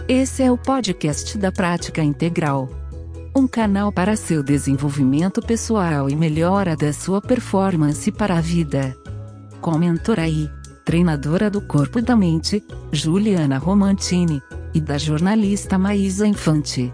Esse é o podcast da Prática Integral. Um canal para seu desenvolvimento pessoal e melhora da sua performance para a vida. Com a mentora e treinadora do corpo e da mente, Juliana Romantini, e da jornalista Maísa Infante.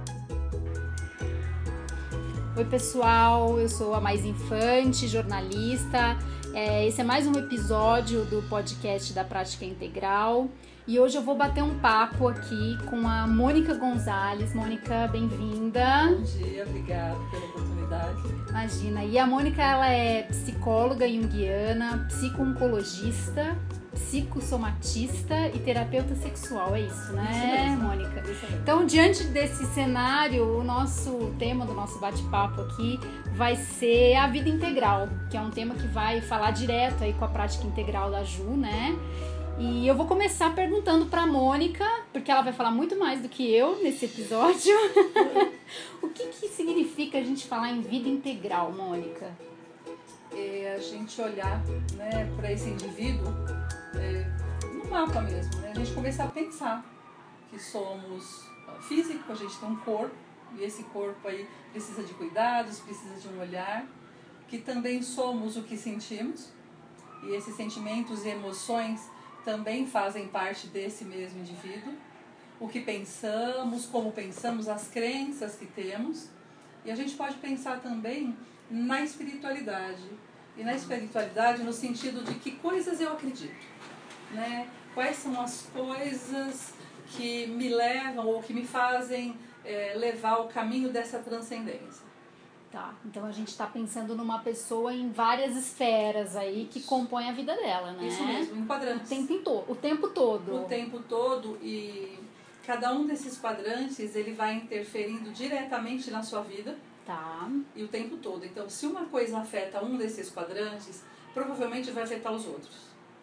Oi pessoal, eu sou a Maísa Infante, jornalista. Esse é mais um episódio do podcast da Prática Integral. E hoje eu vou bater um papo aqui com a Mônica Gonzalez. Mônica, bem-vinda. Bom dia, obrigada pela oportunidade. Imagina, e a Mônica, ela é psicóloga junguiana, psico-oncologista, psicossomatista e terapeuta sexual, é isso, né, Isso mesmo, Mônica? Isso mesmo. Então, diante desse cenário, o tema do nosso bate-papo aqui vai ser a vida integral, que é um tema que vai falar direto aí com a prática integral da Ju, né? E eu vou começar perguntando para a Mônica, porque ela vai falar muito mais do que eu nesse episódio. O que significa a gente falar em vida integral, Mônica? É a gente olhar, né, para esse indivíduo no mapa mesmo, né? A gente começar a pensar que somos físico, a gente tem um corpo, e esse corpo aí precisa de cuidados, precisa de um olhar, que também somos o que sentimos, e esses sentimentos e emoções também fazem parte desse mesmo indivíduo, o que pensamos, como pensamos, as crenças que temos, e a gente pode pensar também na espiritualidade, e na espiritualidade no sentido de que coisas eu acredito, né? Quais são as coisas que me levam ou que me fazem levar o caminho dessa transcendência. Tá, então a gente está pensando numa pessoa em várias esferas aí que compõem a vida dela, né? Isso mesmo, em quadrantes. O tempo todo. O tempo todo, e cada um desses quadrantes ele vai interferindo diretamente na sua vida. Tá. E o tempo todo. Então, se uma coisa afeta um desses quadrantes, provavelmente vai afetar os outros.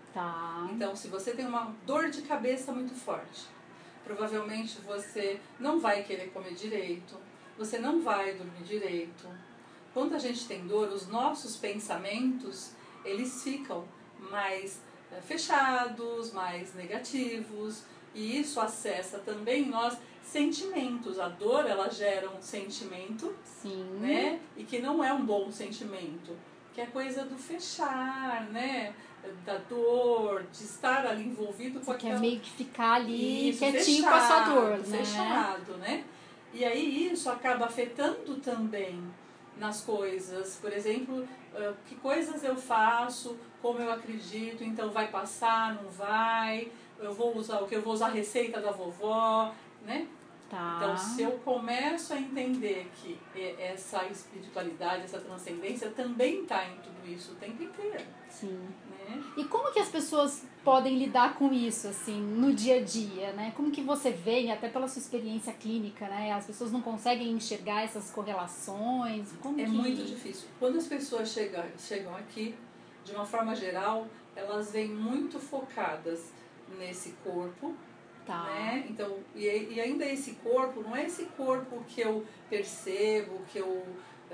Tá. Então, se você tem uma dor de cabeça muito forte, provavelmente você não vai querer comer direito, você não vai dormir direito. Quando a gente tem dor, os nossos pensamentos, eles ficam mais fechados, mais negativos, e isso acessa também nós sentimentos. A dor, ela gera um sentimento, Sim. né? E que não é um bom sentimento, que é coisa do fechar, né? Da dor, de estar ali envolvido com aquela... Quer meio que ficar ali isso, quietinho fechado, com a sua dor, né? Fechado, né? E aí isso acaba afetando também nas coisas. Por exemplo, que coisas eu faço, como eu acredito, então vai passar, não vai, eu vou usar o que? Eu vou usar a receita da vovó, né? Tá. Então, se eu começo a entender que essa espiritualidade, essa transcendência também está em tudo isso o tempo inteiro. Sim. Né? E como que as pessoas podem lidar com isso, assim, no dia a dia, né? Como que você vê, até pela sua experiência clínica, né? As pessoas não conseguem enxergar essas correlações? Muito difícil. Quando as pessoas chegam aqui, de uma forma geral, elas vêm muito focadas nesse corpo. Tá. Né? Então, e ainda esse corpo, não é esse corpo que eu percebo, que eu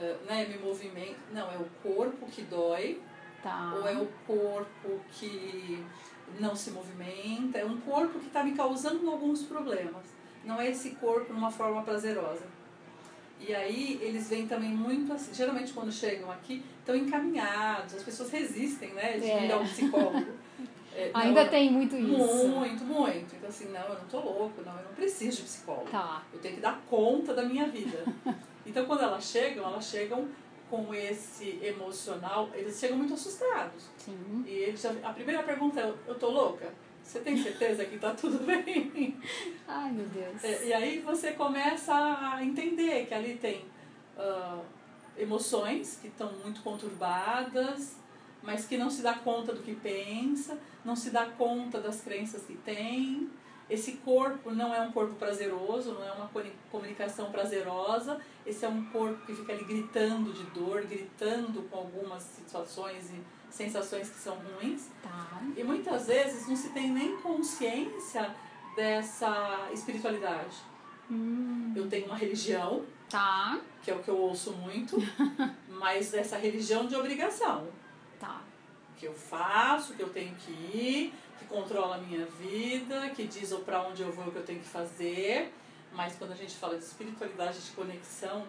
me movimento. Não, é o corpo que dói. Tá. Ou é o corpo que não se movimenta. É um corpo que está me causando alguns problemas. Não é esse corpo numa forma prazerosa. E aí eles vêm também muito assim, geralmente quando chegam aqui, estão encaminhados, as pessoas resistem, né, de ir ao psicólogo. Ainda tem muito isso. Muito. Então assim, não, eu não tô louco, não, eu não preciso de psicólogo. Tá. Eu tenho que dar conta da minha vida. Então quando elas chegam com esse emocional, eles chegam muito assustados. Sim. E a primeira pergunta é, eu tô louca? Você tem certeza que tá tudo bem? Ai, meu Deus. E aí você começa a entender que ali tem emoções que estão muito conturbadas, mas que não se dá conta do que pensa, não se dá conta das crenças que tem. Esse corpo não é um corpo prazeroso, não é uma comunicação prazerosa. Esse é um corpo que fica ali gritando de dor, gritando com algumas situações e sensações que são ruins. Tá. E muitas vezes não se tem nem consciência dessa espiritualidade. Eu tenho uma religião, Tá. que é o que eu ouço muito, mas essa religião de obrigação. Tá. que eu faço, que eu tenho que ir, que controla a minha vida, que diz para onde eu vou, o que eu tenho que fazer. Mas quando a gente fala de espiritualidade, de conexão,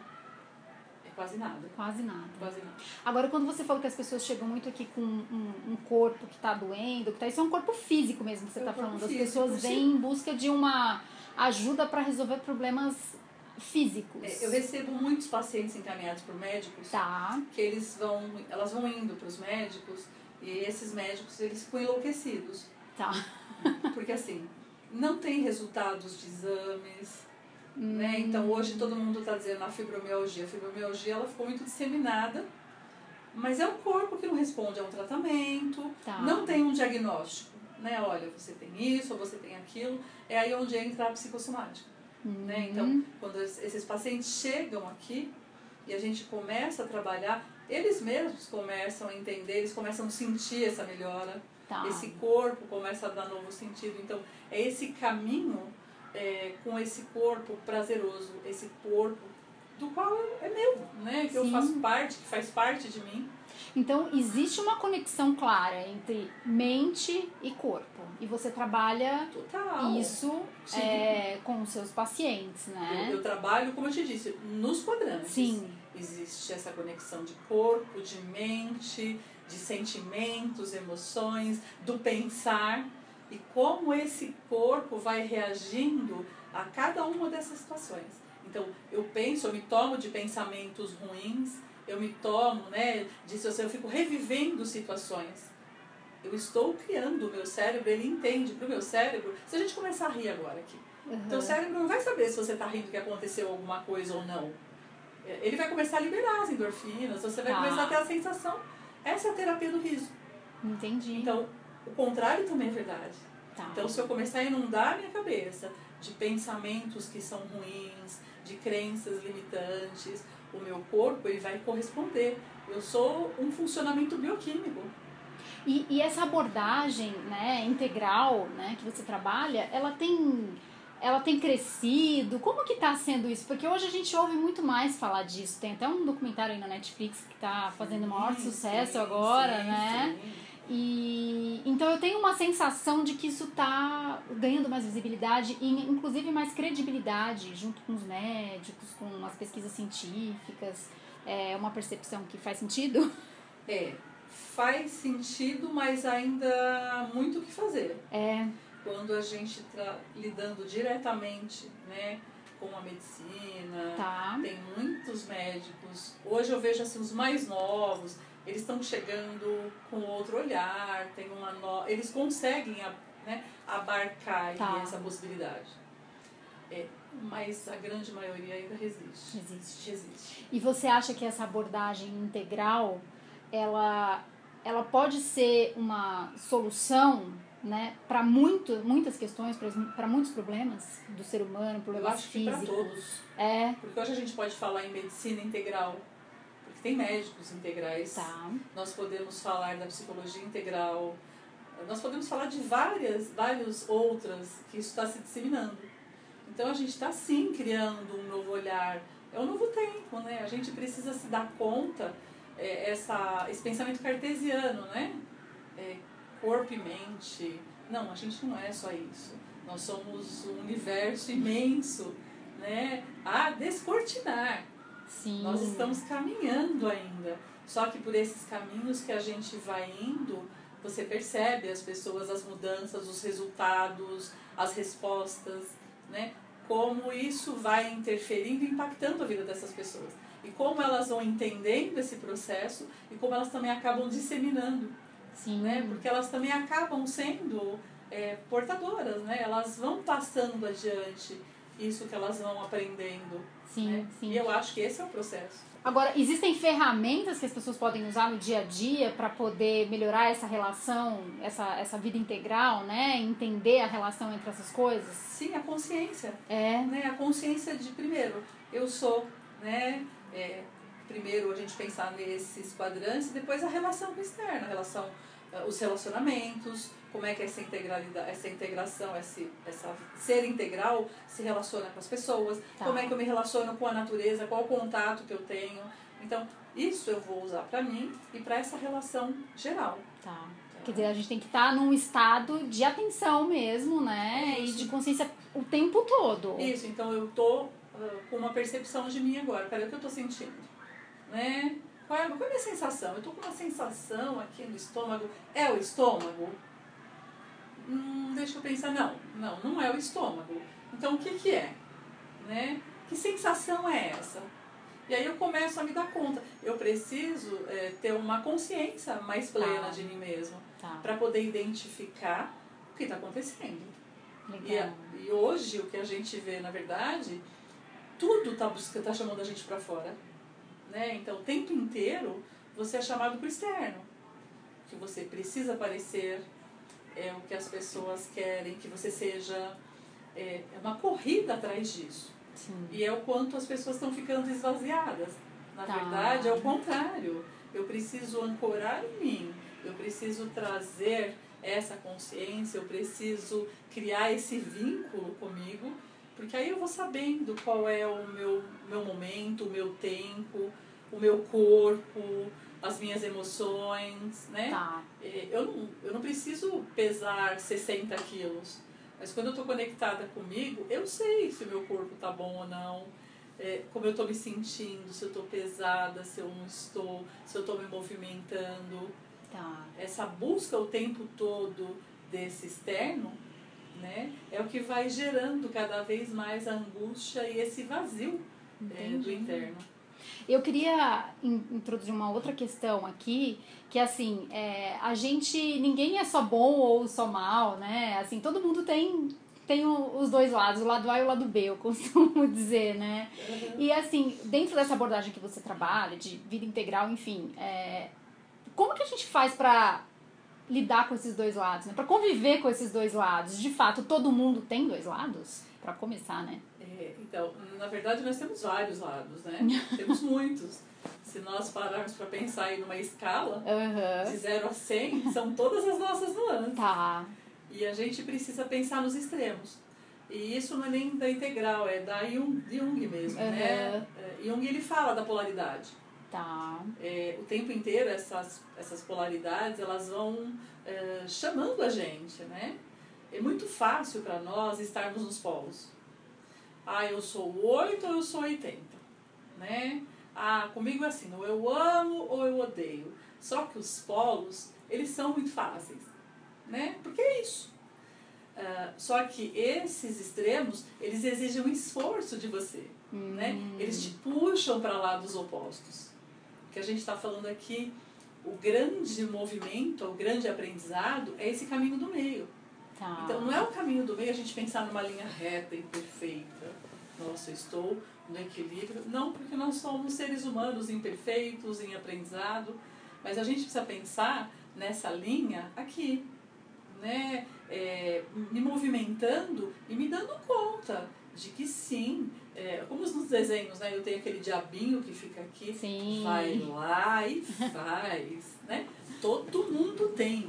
é quase nada. Quase nada. Quase nada. Agora, quando você falou que as pessoas chegam muito aqui com um corpo que está doendo, isso é um corpo físico mesmo que você está falando. As pessoas vêm em busca de uma ajuda para resolver problemas físicos. Eu recebo muitos pacientes encaminhados por médicos, que elas vão indo para os médicos e esses médicos eles ficam enlouquecidos. Porque assim, não tem resultados de exames, né? Então hoje todo mundo está dizendo a fibromialgia. A fibromialgia ela ficou muito disseminada, mas é um corpo que não responde a um tratamento, não tem um diagnóstico, né? Olha, você tem isso ou você tem aquilo, é aí onde entra a psicossomática. Né? Então, quando esses pacientes chegam aqui e a gente começa a trabalhar, eles mesmos começam a entender, eles começam a sentir essa melhora, esse corpo começa a dar novo sentido. Então, é esse caminho com esse corpo prazeroso, esse corpo do qual é meu, né? Que eu faço parte, que faz parte de mim. Então, existe uma conexão clara entre mente e corpo. E você trabalha isso com os seus pacientes, né? Eu trabalho, como eu te disse, nos quadrantes. Sim. Existe essa conexão de corpo, de mente, de sentimentos, emoções, do pensar. E como esse corpo vai reagindo a cada uma dessas situações. Então, eu penso, eu me tomo de pensamentos ruins, eu me tomo, né, eu fico revivendo situações. Eu estou criando o meu cérebro, ele entende para o meu cérebro. Se a gente começar a rir agora aqui, então o cérebro não vai saber se você está rindo que aconteceu alguma coisa ou não. Ele vai começar a liberar as endorfinas, você vai começar a ter a sensação. Essa é a terapia do riso. Entendi. Então, o contrário também é verdade. Então, se eu começar a inundar a minha cabeça de pensamentos que são ruins, de crenças limitantes, o meu corpo ele vai corresponder. Eu sou um funcionamento bioquímico. E essa abordagem, né, integral, né, que você trabalha, ela tem crescido? Como que está sendo isso? Porque hoje a gente ouve muito mais falar disso. Tem até um documentário aí na Netflix que está fazendo maior sucesso agora, né? Sim. E então eu tenho uma sensação de que isso está ganhando mais visibilidade e inclusive mais credibilidade junto com os médicos, com as pesquisas científicas. É uma percepção que faz sentido? Faz sentido, mas ainda muito o que fazer. Quando a gente está lidando diretamente, né, com a medicina, tem muitos médicos. Hoje eu vejo assim, os mais novos, eles estão chegando com outro olhar, eles conseguem, né, abarcar essa possibilidade. Mas a grande maioria ainda resiste. E você acha que essa abordagem integral, ela pode ser uma solução, né, para muitas questões, para muitos problemas do ser humano, problemas físicos? Eu acho que para todos. Porque hoje a gente pode falar em medicina integral, porque tem médicos integrais. Nós podemos falar da psicologia integral, nós podemos falar de várias outras que isso está se disseminando. Então a gente está sim criando um novo olhar, é um novo tempo, né? A gente precisa se dar conta, esse pensamento cartesiano, né? Corpo e mente. Não, a gente não é só isso. Nós somos um universo imenso, né? A descortinar. Sim. Nós estamos caminhando ainda. Só que por esses caminhos que a gente vai indo, você percebe as pessoas, as mudanças, os resultados, as respostas, né? Como isso vai interferindo e impactando a vida dessas pessoas. E como elas vão entendendo esse processo e como elas também acabam disseminando. Sim. Né? Porque elas também acabam sendo portadoras, né? Elas vão passando adiante isso que elas vão aprendendo. Sim, né? sim. E eu acho que esse é o processo. Agora, existem ferramentas que as pessoas podem usar no dia a dia para poder melhorar essa relação, essa vida integral, né? Entender a relação entre essas coisas? Sim, a consciência. Né? A consciência de, primeiro, eu sou, né? Primeiro a gente pensar nesses quadrantes e depois a relação externa, os relacionamentos, como é que essa integralidade, essa integração, essa ser integral se relaciona com as pessoas, como é que eu me relaciono com a natureza, qual o contato que eu tenho. Então, Isso eu vou usar para mim e para essa relação geral. Tá. Quer dizer, a gente tem que estar num estado de atenção mesmo, né? Isso. E de consciência o tempo todo. Isso, então eu tô com uma percepção de mim agora. Cadê o que eu tô sentindo? Né? Qual é a minha sensação? Eu tô com uma sensação aqui no estômago. É o estômago? Deixa eu pensar. Não é o estômago. Então o que é? Né? Que sensação é essa? E aí eu começo a me dar conta. Eu preciso ter uma consciência mais plena de mim mesmo. Para poder identificar o que está acontecendo. E hoje o que a gente vê, na verdade, tudo está chamando a gente para fora. Né? Então o tempo inteiro você é chamado para o externo. Que você precisa parecer, o que as pessoas querem, que você seja. É uma corrida atrás disso. Sim. E é o quanto as pessoas estão ficando esvaziadas. Na verdade, é o contrário. Eu preciso ancorar em mim. Eu preciso trazer essa consciência. Eu preciso criar esse vínculo comigo. Porque aí eu vou sabendo qual é o meu momento, o meu tempo, o meu corpo, as minhas emoções, né? Eu não preciso pesar 60 quilos. Mas quando eu estou conectada comigo, eu sei se o meu corpo está bom ou não, como eu estou me sentindo, se eu estou pesada, se eu não estou, se eu estou me movimentando. Essa busca o tempo todo desse externo, né, é o que vai gerando cada vez mais a angústia e esse vazio do interno. Eu queria introduzir uma outra questão aqui, que assim, ninguém é só bom ou só mal, né? Assim, todo mundo tem os dois lados, o lado A e o lado B, eu costumo dizer, né? Uhum. E assim, dentro dessa abordagem que você trabalha, de vida integral, enfim, como que a gente faz para lidar com esses dois lados, né? Para conviver com esses dois lados? De fato, todo mundo tem dois lados? Para começar, né? Então, na verdade, nós temos vários lados, né? Temos muitos. Se nós pararmos para pensar em uma escala, de 0 a 100, são todas as nossas nuances. E a gente precisa pensar nos extremos. E isso não é nem da integral, é da Jung mesmo, né? Jung, ele fala da polaridade. O tempo inteiro, essas polaridades, elas vão chamando a gente, né? É muito fácil para nós estarmos nos polos. Eu sou 8 ou eu sou 80, né? Comigo é assim, ou eu amo ou eu odeio. Só que os polos, eles são muito fáceis, né? Porque é isso. Só que esses extremos, eles exigem um esforço de você, né? Eles te puxam para lados opostos. O que a gente está falando aqui, o grande movimento, o grande aprendizado é esse caminho do meio. Então não é o caminho do meio a gente pensar numa linha reta e perfeita. Nossa, eu estou no equilíbrio. Não, porque nós somos seres humanos imperfeitos, em aprendizado. Mas a gente precisa pensar nessa linha aqui, né? Me movimentando e me dando conta de que sim, como nos desenhos, né? Eu tenho aquele diabinho que fica aqui, vai lá e faz, né? Todo mundo tem.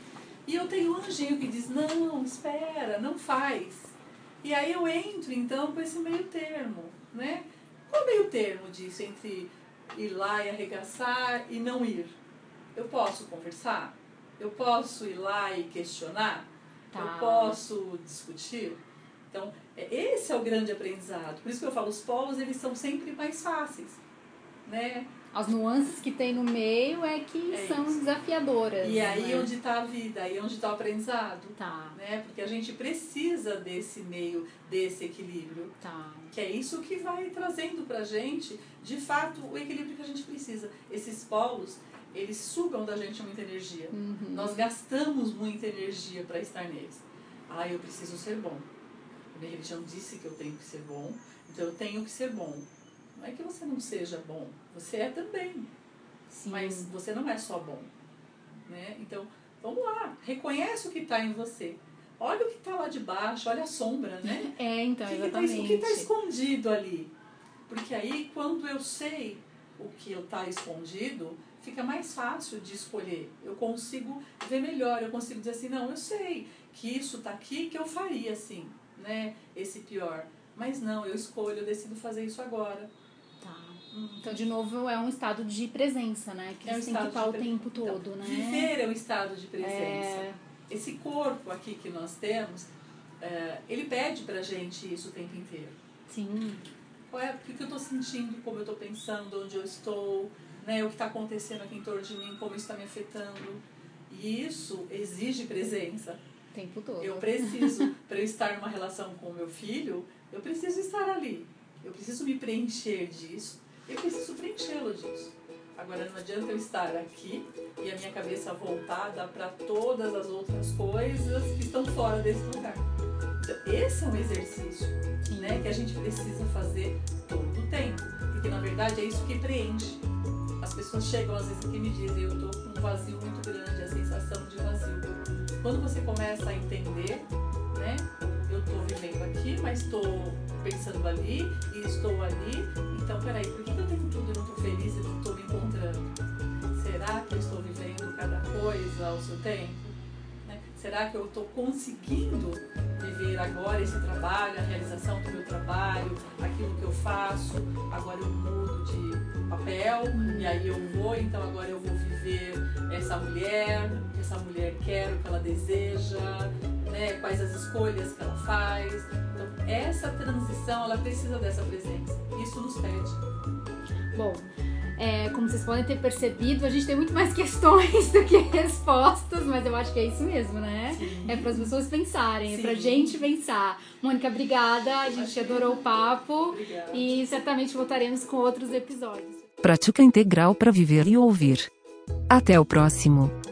E eu tenho um anjinho que diz, não, espera, não faz. E aí eu entro, então, com esse meio termo, né? Qual é o meio termo disso entre ir lá e arregaçar e não ir? Eu posso conversar? Eu posso ir lá e questionar? Eu posso discutir? Então, esse é o grande aprendizado. Por isso que eu falo, os polos, eles são sempre mais fáceis, né? As nuances que tem no meio que são desafiadoras. E aí onde está a vida, aí onde está o aprendizado. Né? Porque a gente precisa desse meio, desse equilíbrio. Que é isso que vai trazendo pra gente, de fato, o equilíbrio que a gente precisa. Esses polos, eles sugam da gente muita energia. Nós gastamos muita energia para estar neles. Eu preciso ser bom. A minha religião disse que eu tenho que ser bom, então eu tenho que ser bom. Não é que você não seja bom, você é também. Mas você não é só bom. Né? Então, vamos lá, reconhece o que está em você. Olha o que está lá de baixo, olha a sombra, né? Então, exatamente. O que está escondido ali? Porque aí, quando eu sei o que está escondido, fica mais fácil de escolher. Eu consigo ver melhor, eu consigo dizer assim, não, eu sei que isso está aqui, que eu faria assim, né? Esse pior. Mas não, eu escolho, eu decido fazer isso agora. Então, de novo, é um estado de presença, né? Que você tem que estar o tempo todo, né? Viver é um estado de presença. Esse corpo aqui que nós temos, ele pede pra gente isso o tempo inteiro. Sim. O que eu estou sentindo, como eu estou pensando, onde eu estou, né? O que está acontecendo aqui em torno de mim, como isso está me afetando. E isso exige presença. O tempo todo. Eu preciso, para eu estar numa relação com o meu filho, eu preciso estar ali. Eu preciso me preencher disso. Eu preciso preenchê-lo disso. Agora, não adianta eu estar aqui e a minha cabeça voltada para todas as outras coisas que estão fora desse lugar. Então, esse é um exercício, né, que a gente precisa fazer todo o tempo. Porque, na verdade, é isso que preenche. As pessoas chegam, às vezes, aqui e me dizem, eu estou com um vazio muito grande, a sensação de vazio. Quando você começa a entender, né, eu estou vivendo aqui, mas estou pensando ali e estou ali. Então, peraí, por que eu tenho tudo e não estou feliz e não estou me encontrando? Será que eu estou vivendo cada coisa ao seu tempo? Né? Será que eu estou conseguindo viver agora esse trabalho, a realização do meu trabalho, aquilo que eu faço? Agora eu mudo de papel e aí eu vou, então agora eu vou viver essa mulher quer, o que ela deseja, né? Quais as escolhas que ela faz. Então, essa transição, ela precisa dessa presença. Isso nos pede. Bom, como vocês podem ter percebido, a gente tem muito mais questões do que respostas, mas eu acho que é isso mesmo, né? Sim. É para as pessoas pensarem, Sim. é pra gente pensar. Mônica, obrigada, a gente adorou o papo. Obrigada. E certamente voltaremos com outros episódios. Prática integral para viver e ouvir. Até o próximo.